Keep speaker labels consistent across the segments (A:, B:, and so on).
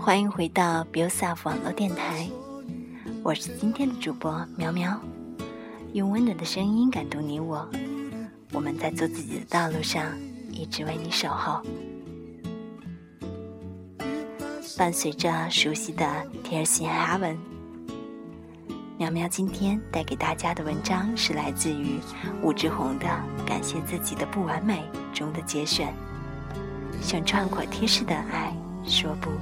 A: 欢迎回到 BioSaf 网络电台，我是今天的主播苗苗，用温暖的声音感动你我，我们在做自己的道路上一直为你守候。伴随着熟悉的 Tears in Heaven， 苗苗今天带给大家的文章是来自于武志红的《感谢自己的不完美》中的节选，向创口贴式的爱说不。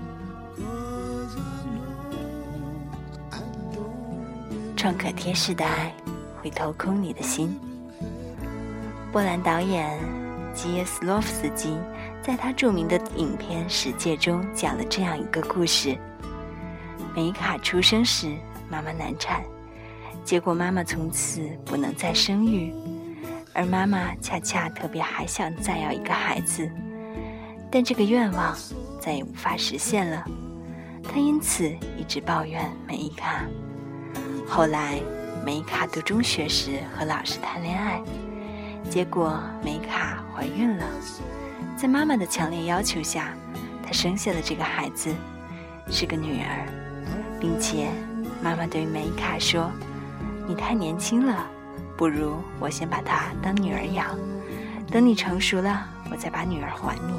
A: 创可贴式的爱会掏空你的心。波兰导演基耶斯洛夫斯基在他著名的影片《十戒》中讲了这样一个故事。梅卡出生时妈妈难产，结果妈妈从此不能再生育，而妈妈恰恰特别还想再要一个孩子，但这个愿望再也无法实现了。她因此一直抱怨梅卡。后来梅卡读中学时和老师谈恋爱，结果梅卡怀孕了，在妈妈的强烈要求下，她生下了这个孩子，是个女儿，并且妈妈对梅卡说，你太年轻了，不如我先把她当女儿养，等你成熟了我再把女儿还你。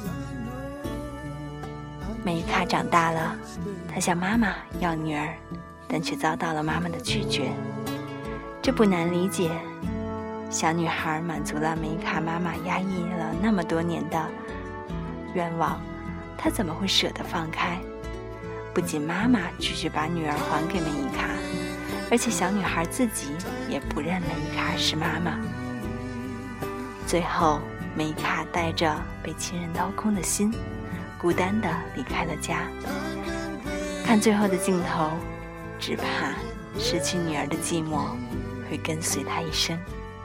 A: 梅卡长大了，她向妈妈要女儿，但却遭到了妈妈的拒绝。这不难理解，小女孩满足了梅卡妈妈压抑了那么多年的愿望，她怎么会舍得放开？不仅妈妈拒绝把女儿还给梅卡，而且小女孩自己也不认梅卡是妈妈。最后梅卡带着被亲人掏空的心，孤单地离开了家。看最后的镜头，只怕失去女儿的寂寞会跟随她一生。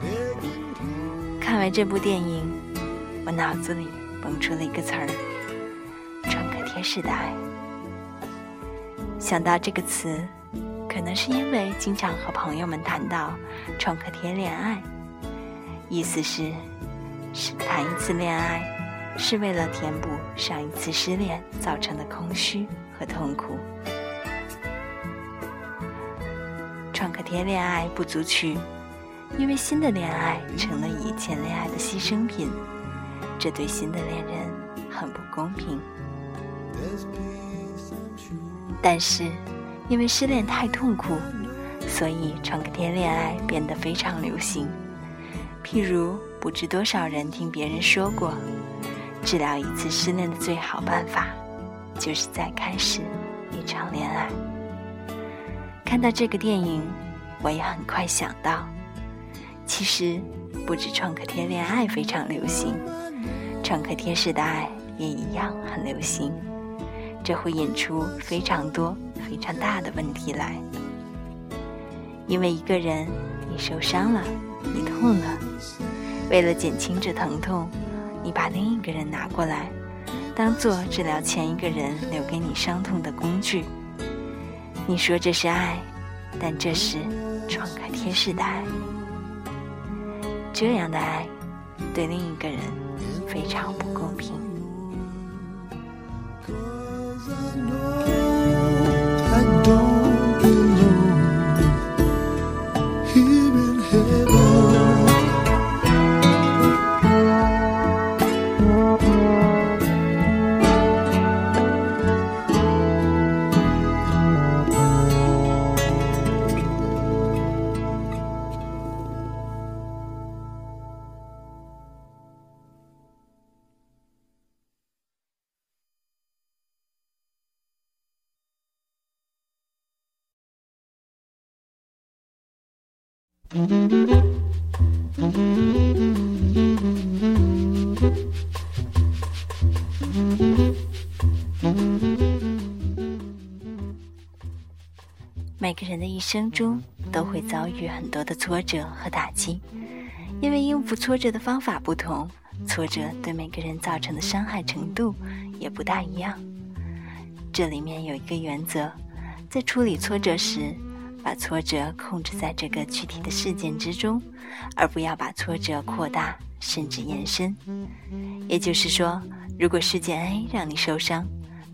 A: 看完这部电影，我脑子里蹦出了一个词儿，创可贴式的爱。想到这个词，可能是因为经常和朋友们谈到创可贴恋爱，意思是谈一次恋爱是为了填补上一次失恋造成的空虚和痛苦。创可贴恋爱不足取，因为新的恋爱成了以前恋爱的牺牲品，这对新的恋人很不公平。但是因为失恋太痛苦，所以创可贴恋爱变得非常流行。譬如不知多少人听别人说过，治疗一次失恋的最好办法就是再开始一场恋爱。看到这个电影，我也很快想到，其实不止创可贴恋爱非常流行，创可贴式的爱也一样很流行，这会引出非常多非常大的问题来。因为一个人你受伤了，你痛了，为了减轻这疼痛，你把另一个人拿过来当做治疗前一个人留给你伤痛的工具。你说这是爱，但这是创可贴式的爱。这样的爱对另一个人非常不公平。每个人的一生中都会遭遇很多的挫折和打击，因为应付挫折的方法不同，挫折对每个人造成的伤害程度也不大一样。这里面有一个原则，在处理挫折时，把挫折控制在这个具体的事件之中，而不要把挫折扩大甚至延伸。也就是说，如果事件 A 让你受伤，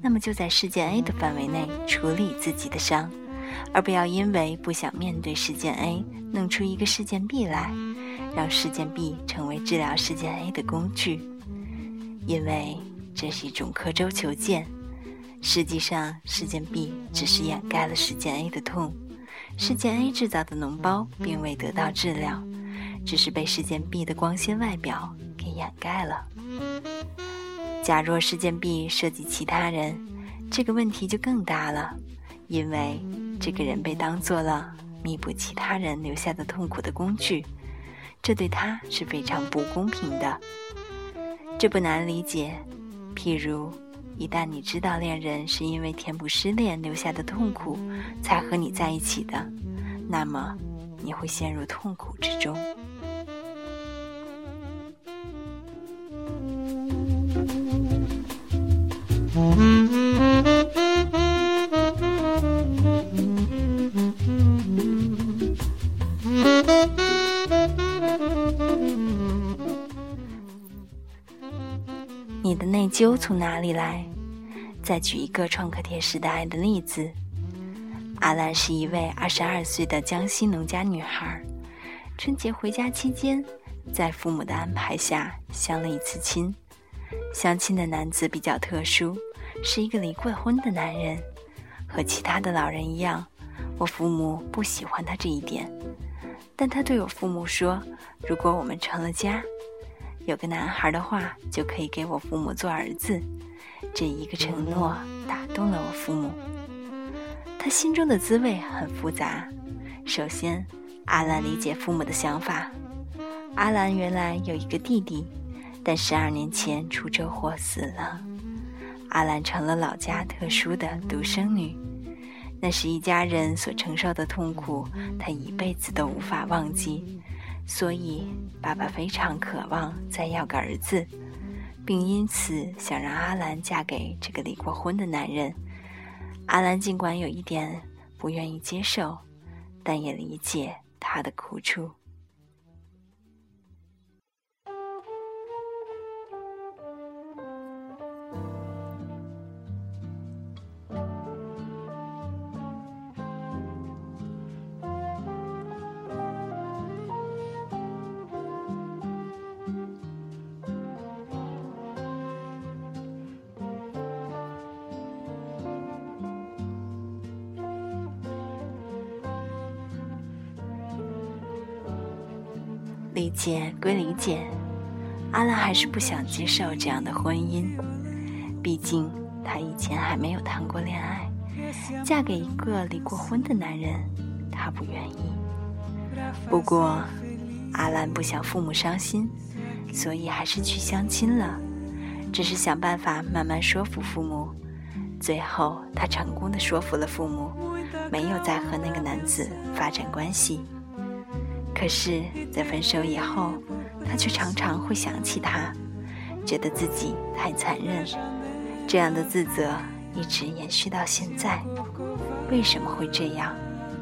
A: 那么就在事件 A 的范围内处理自己的伤，而不要因为不想面对事件 A， 弄出一个事件 B 来，让事件 B 成为治疗事件 A 的工具。因为这是一种刻舟求剑，实际上事件 B 只是掩盖了事件 A 的痛，事件 A 制造的脓包并未得到治疗，只是被事件 B 的光鲜外表给掩盖了。假若事件 B 涉及其他人，这个问题就更大了，因为这个人被当作了弥补其他人留下的痛苦的工具，这对他是非常不公平的。这不难理解，譬如一旦你知道恋人是因为填补失恋留下的痛苦才和你在一起的，那么你会陷入痛苦之中。你的内疚从哪里来？再举一个创可贴时的爱的例子。阿兰是一位22岁的江西农家女孩，春节回家期间，在父母的安排下相了一次亲。相亲的男子比较特殊，是一个离过婚的男人。和其他的老人一样，我父母不喜欢他这一点，但他对我父母说，如果我们成了家，有个男孩的话，就可以给我父母做儿子。这一个承诺打动了我父母。他心中的滋味很复杂。首先，阿兰理解父母的想法。阿兰原来有一个弟弟，但12年前出车祸死了。阿兰成了老家特殊的独生女，那是一家人所承受的痛苦，她一辈子都无法忘记。所以爸爸非常渴望再要个儿子，并因此想让阿兰嫁给这个离过婚的男人。阿兰尽管有一点不愿意接受，但也理解他的苦楚。理解归理解，阿兰还是不想接受这样的婚姻，毕竟她以前还没有谈过恋爱，嫁给一个离过婚的男人，她不愿意。不过阿兰不想父母伤心，所以还是去相亲了，只是想办法慢慢说服父母。最后她成功地说服了父母，没有再和那个男子发展关系。可是在分手以后，他却常常会想起他，觉得自己太残忍，这样的自责一直延续到现在。为什么会这样？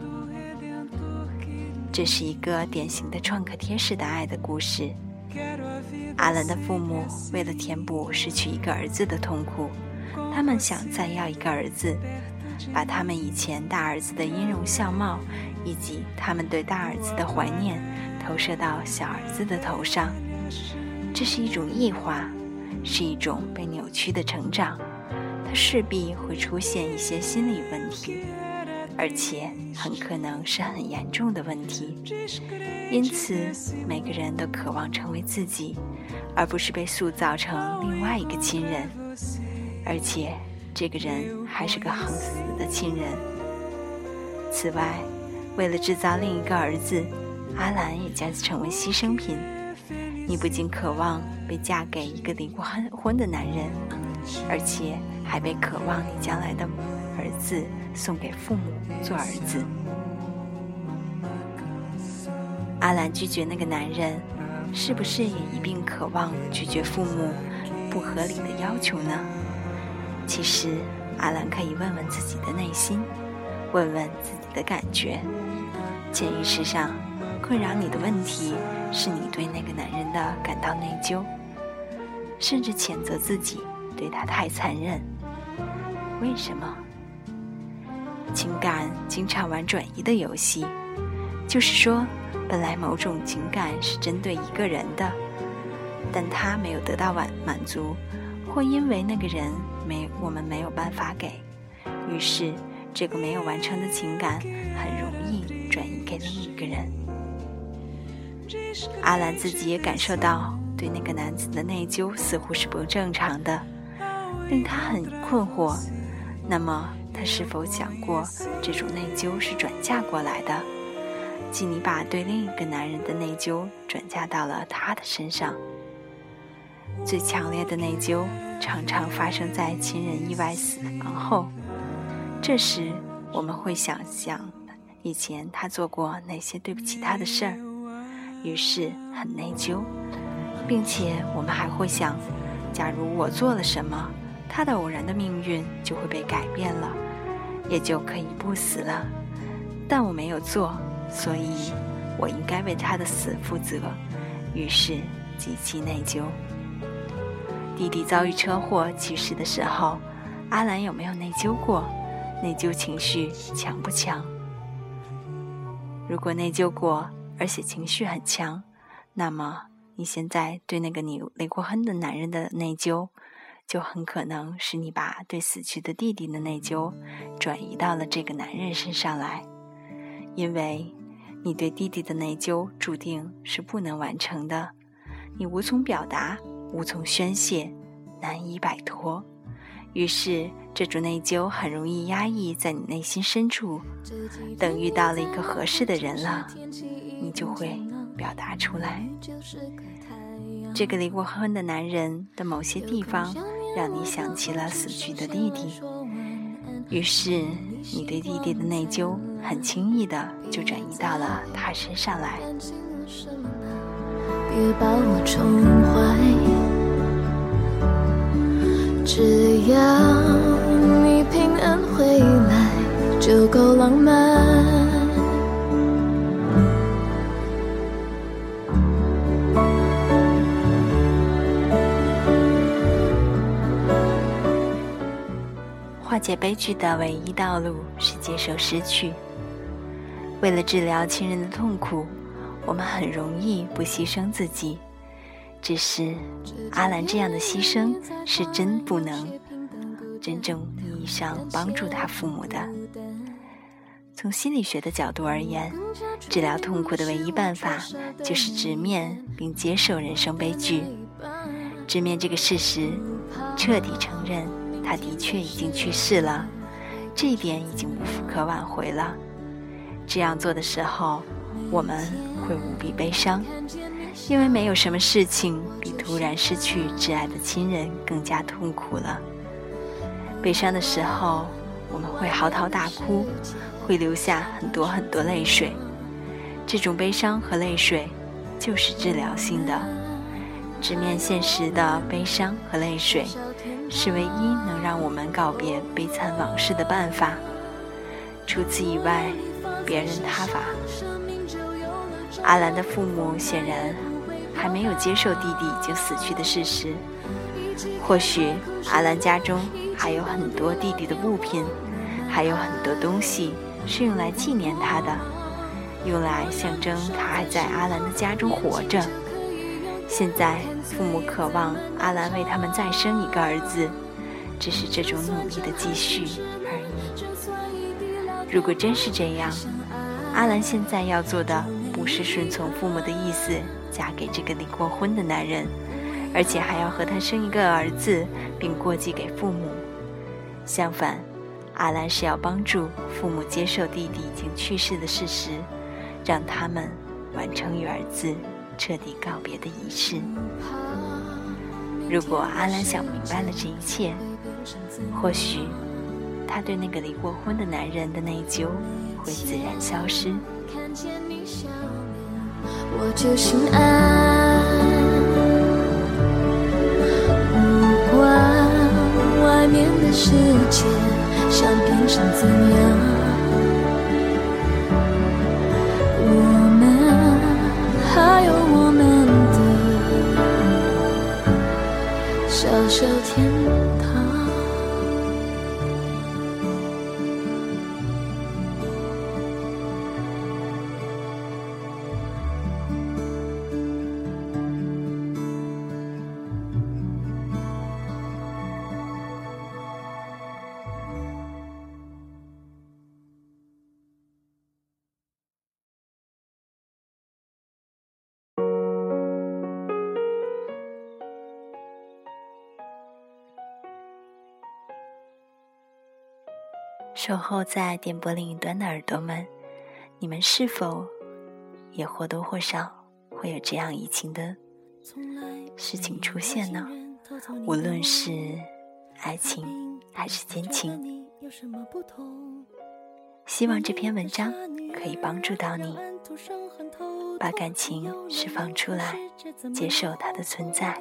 A: 这是一个典型的创可贴式的爱的故事。阿兰的父母为了填补失去一个儿子的痛苦，他们想再要一个儿子，把他们以前大儿子的音容笑貌以及他们对大儿子的怀念投射到小儿子的头上。这是一种异化，是一种被扭曲的成长，它势必会出现一些心理问题，而且很可能是很严重的问题。因此每个人都渴望成为自己，而不是被塑造成另外一个亲人，而且这个人还是个横死的亲人。此外，为了制造另一个儿子，阿兰也将成为牺牲品。你不仅渴望被嫁给一个离过婚的男人，而且还被渴望你将来的儿子送给父母做儿子。阿兰拒绝那个男人，是不是也一并渴望拒绝父母不合理的要求呢？其实阿兰可以问问自己的内心，问问自己的感觉。潜意识上困扰你的问题是你对那个男人的感到内疚，甚至谴责自己对他太残忍。 为什么。情感经常玩转移的游戏，就是说本来某种情感是针对一个人的，但他没有得到满足，或因为那个人我们没有办法给，于是这个没有完成的情感很容易转移给另一个人。阿兰自己也感受到对那个男子的内疚似乎是不正常的，令他很困惑。那么他是否想过这种内疚是转嫁过来的，即你把对另一个男人的内疚转嫁到了他的身上。最强烈的内疚常常发生在亲人意外死亡后，这时我们会想以前他做过哪些对不起他的事儿，于是很内疚，并且我们还会想，假如我做了什么，他的偶然的命运就会被改变了，也就可以不死了，但我没有做，所以我应该为他的死负责，于是极其内疚。弟弟遭遇车祸去世的时候，阿兰有没有内疚过？内疚情绪强不强？如果内疚过，而且情绪很强，那么你现在对那个你离过婚的男人的内疚，就很可能是你把对死去的弟弟的内疚转移到了这个男人身上来，因为你对弟弟的内疚注定是不能完成的，你无从表达，无从宣泄，难以摆脱，于是这种内疚很容易压抑在你内心深处，等遇到了一个合适的人了，你就会表达出来。这个离过婚的男人的某些地方让你想起了死去的弟弟，于是你对弟弟的内疚很轻易的就转移到了他身上来。
B: 别把我宠坏，只要你平安回来就够浪漫。
A: 化解悲剧的唯一道路是接受失去。为了治疗亲人的痛苦，我们很容易不牺牲自己，只是阿兰这样的牺牲是真不能真正意义上帮助他父母的。从心理学的角度而言，治疗痛苦的唯一办法就是直面并接受人生悲剧，直面这个事实，彻底承认他的确已经去世了，这一点已经无可挽回了。这样做的时候，我们会无比悲伤，因为没有什么事情比突然失去挚爱的亲人更加痛苦了。悲伤的时候，我们会嚎啕大哭，会流下很多很多泪水。这种悲伤和泪水就是治疗性的。直面现实的悲伤和泪水是唯一能让我们告别悲惨往事的办法，除此以外别人他法。阿兰的父母显然还没有接受弟弟已经死去的事实，或许阿兰家中还有很多弟弟的物品，还有很多东西是用来纪念他的，用来象征他还在阿兰的家中活着。现在父母渴望阿兰为他们再生一个儿子，只是这种努力的继续而已。如果真是这样，阿兰现在要做的不是顺从父母的意思嫁给这个离过婚的男人，而且还要和他生一个儿子并过继给父母。相反，阿兰是要帮助父母接受弟弟已经去世的事实，让他们完成与儿子彻底告别的仪式。如果阿兰想明白了这一切，或许他对那个离过婚的男人的内疚会自然消失。
B: 看见你笑脸我就心安，不管外面的世界想变成怎样，我们还有我们的小小天堂。
A: 守候在电波另一端的耳朵们，你们是否也或多或少会有这样移情的事情出现呢？无论是爱情还是亲情，希望这篇文章可以帮助到你，把感情释放出来，接受它的存在，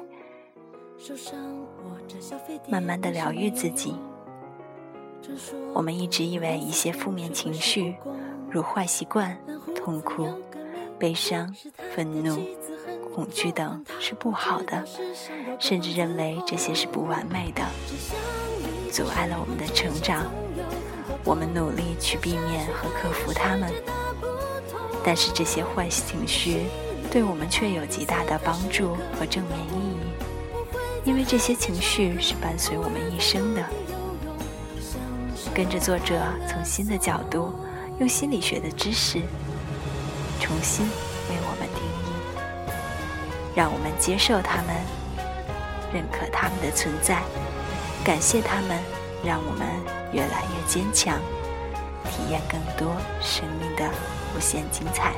A: 慢慢地疗愈自己。我们一直以为一些负面情绪，如坏习惯、痛苦、悲伤、愤怒、恐惧等是不好的，甚至认为这些是不完美的，阻碍了我们的成长。我们努力去避免和克服它们，但是这些坏情绪对我们却有极大的帮助和正面意义，因为这些情绪是伴随我们一生的。跟着作者从新的角度，用心理学的知识重新为我们定义，让我们接受他们，认可他们的存在，感谢他们，让我们越来越坚强，体验更多生命的无限精彩。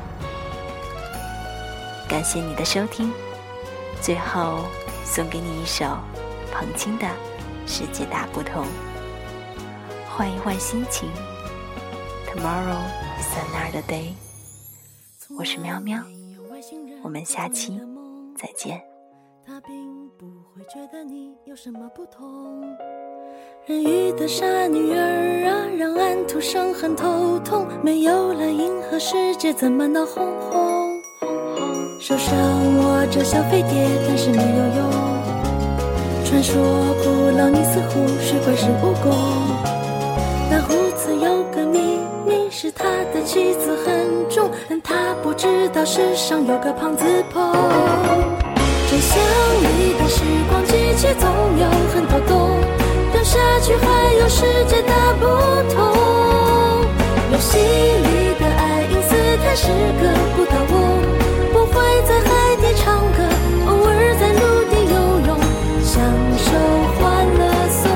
A: 感谢你的收听，最后送给你一首彭青的《世界大不同》。换一换心情 Tomorrow is another day。 我是喵喵，我们下期再见。
B: 他并不会觉得你有什么不同。人鱼的傻女儿啊，让安徒生很头痛。没有了银河世界怎么闹哄哄？手上握着小飞碟，但是没有用。传说古老尼斯湖水怪是蜈蚣。蓝胡子有个秘密，是他的妻子很重，但他不知道世上有个胖子婆。真相里的时光机器总有很多洞，掉下去还有世界大不同。游戏里的爱因斯坦是个不倒翁，不会在海底唱歌，偶尔在陆地游泳，享受欢乐颂。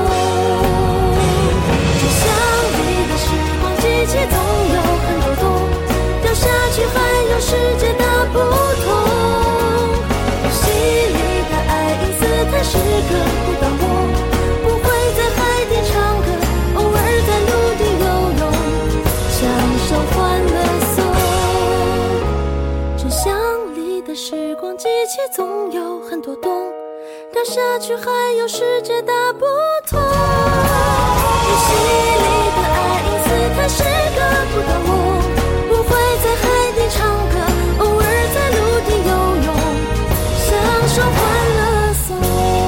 B: 真相里的时光机器总有很多洞，掉下去还有世界大不同。游戏里的爱因斯坦是个不倒翁，不会在海底唱歌，偶尔在陆地游泳，享受欢乐颂。真相里的时光机器总有很多洞，掉下去还有世界大不同。游戏里的爱因斯坦是个不倒翁，不会在海底唱歌，偶尔在陆地游泳，享受欢乐颂。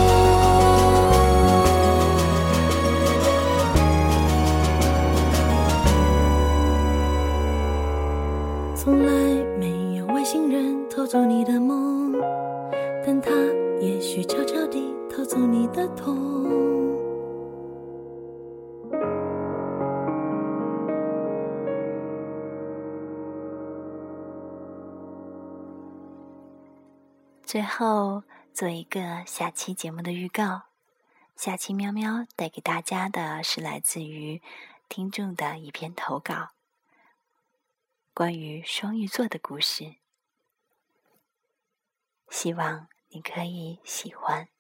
B: 从来没有外星人偷走你的梦，但他也许悄悄地偷走你的痛。
A: 最后做一个下期节目的预告，下期喵喵带给大家的是来自于听众的一篇投稿，关于双鱼座的故事，希望你可以喜欢。